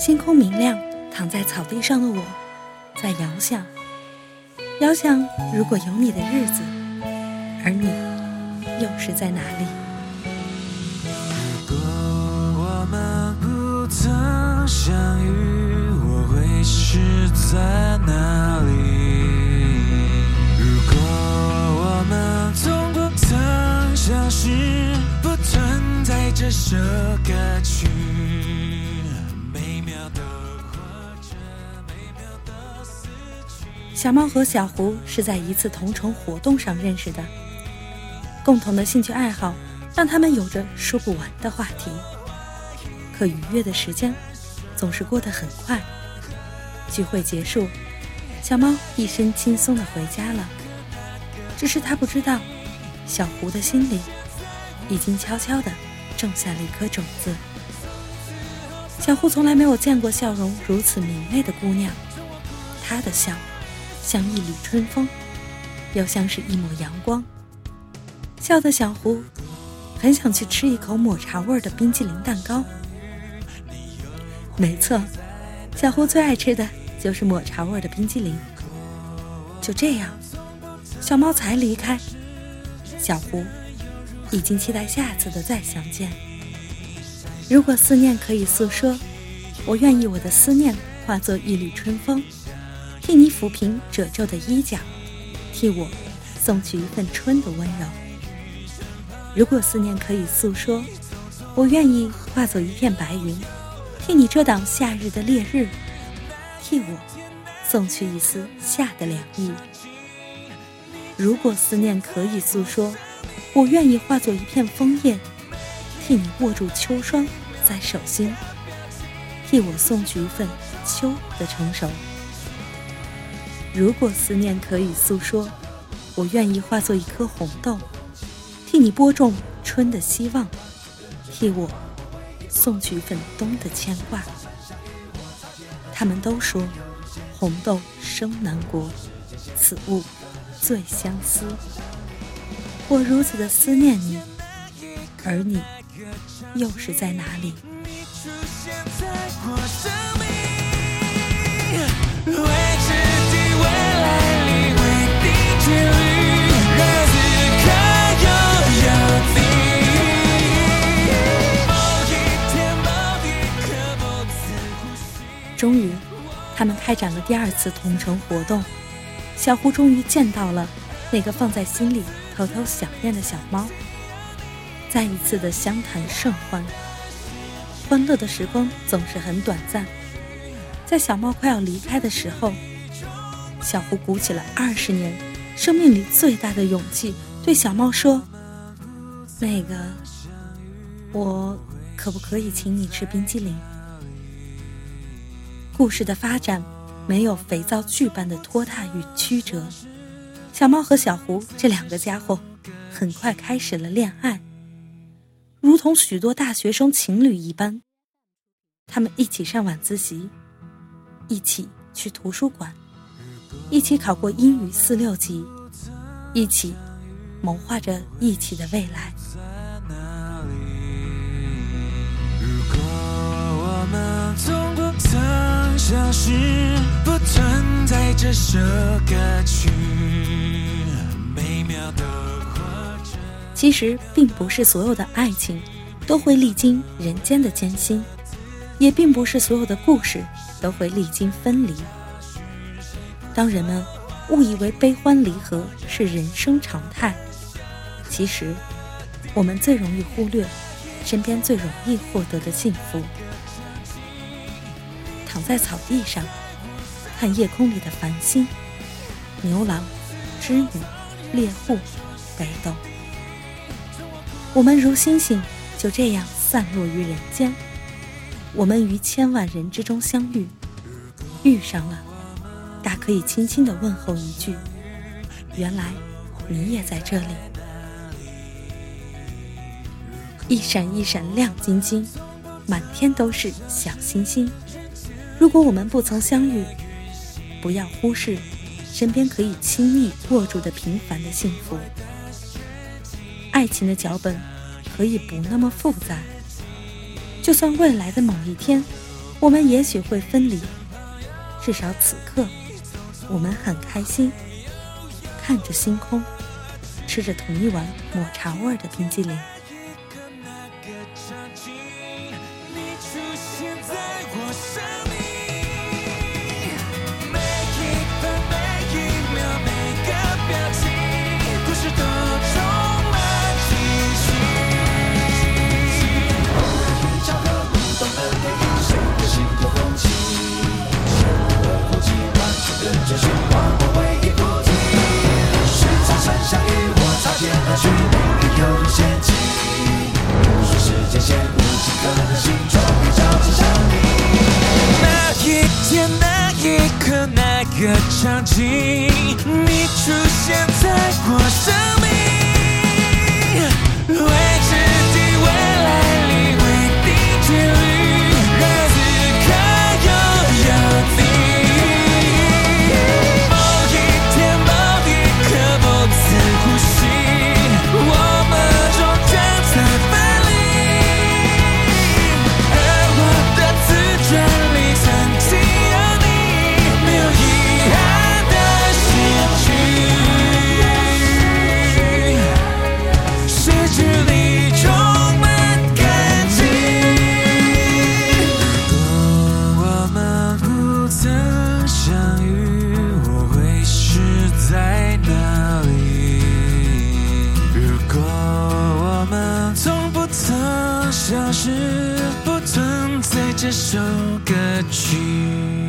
星空明亮，躺在草地上的我在遥想，遥想如果有你的日子，而你又是在哪里？ 如果我们不曾相遇，我会是在哪里？如果我们从不曾相识，不存在这首歌曲。 小猫和小胡是在一次同城活动上认识的，共同的兴趣爱好让他们有着说不完的话题。可愉悦的时间总是过得很快，聚会结束，小猫一身轻松地回家了。只是他不知道，小胡的心里已经悄悄地种下了一颗种子。小胡从来没有见过笑容如此明媚的姑娘，她的笑像一缕春风，又像是一抹阳光。笑的小胡很想去吃一口抹茶味的冰淇淋蛋糕。没错，小胡最爱吃的就是抹茶味的冰淇淋。就这样，小猫才离开，小胡已经期待下次的再相见。如果思念可以诉说，我愿意我的思念化作一缕春风，替你抚平褶皱的衣角，替我送去一份春的温柔。如果思念可以诉说，我愿意化作一片白云，替你遮挡夏日的烈日，替我送去一丝夏的凉意。如果思念可以诉说，我愿意化作一片枫叶，替你握住秋霜在手心，替我送去一份秋的成熟。如果思念可以诉说，我愿意化作一颗红豆，替你播种春的希望，替我送去一份冬的牵挂。他们都说红豆生南国，此物最相思。我如此的思念你，而你又是在哪里？终于，他们开展了第二次同城活动。小胡终于见到了那个放在心里偷偷想念的小猫。再一次的相谈甚欢，欢乐的时光总是很短暂。在小猫快要离开的时候，小胡鼓起了20年生命里最大的勇气，对小猫说：那个，我可不可以请你吃冰激凌？故事的发展没有肥皂剧般的拖沓与曲折，小猫和小胡这两个家伙很快开始了恋爱，如同许多大学生情侣一般。他们一起上晚自习，一起去图书馆，一起考过英语4、6级，一起谋划着一起的未来。 如果我们从不曾相识，不存在这首歌曲，美妙的活着。 其实并不是所有的爱情都会历经人间的艰辛，也并不是所有的故事都会历经分离。当人们误以为悲欢离合是人生常态，其实我们最容易忽略身边最容易获得的幸福。躺在草地上，看夜空里的繁星，牛郎、织女、猎户、北斗，我们如星星就这样散落于人间。我们于千万人之中相遇，遇上了，大可以轻轻地问候一句：原来你也在这里。一闪一闪亮晶晶，满天都是小星星。如果我们不曾相遇，不要忽视身边可以轻易握住的平凡的幸福。爱情的脚本可以不那么复杂，就算未来的某一天我们也许会分离，至少此刻我们很开心，看着星空，吃着同一碗抹茶味的冰激凌。 那个场景，你出现在我生命，未知的未来里为定距离，让此刻拥有你。某一天某一刻不曾呼吸，我们终将再分离，而我的自传里曾经消失，不存在这首歌曲。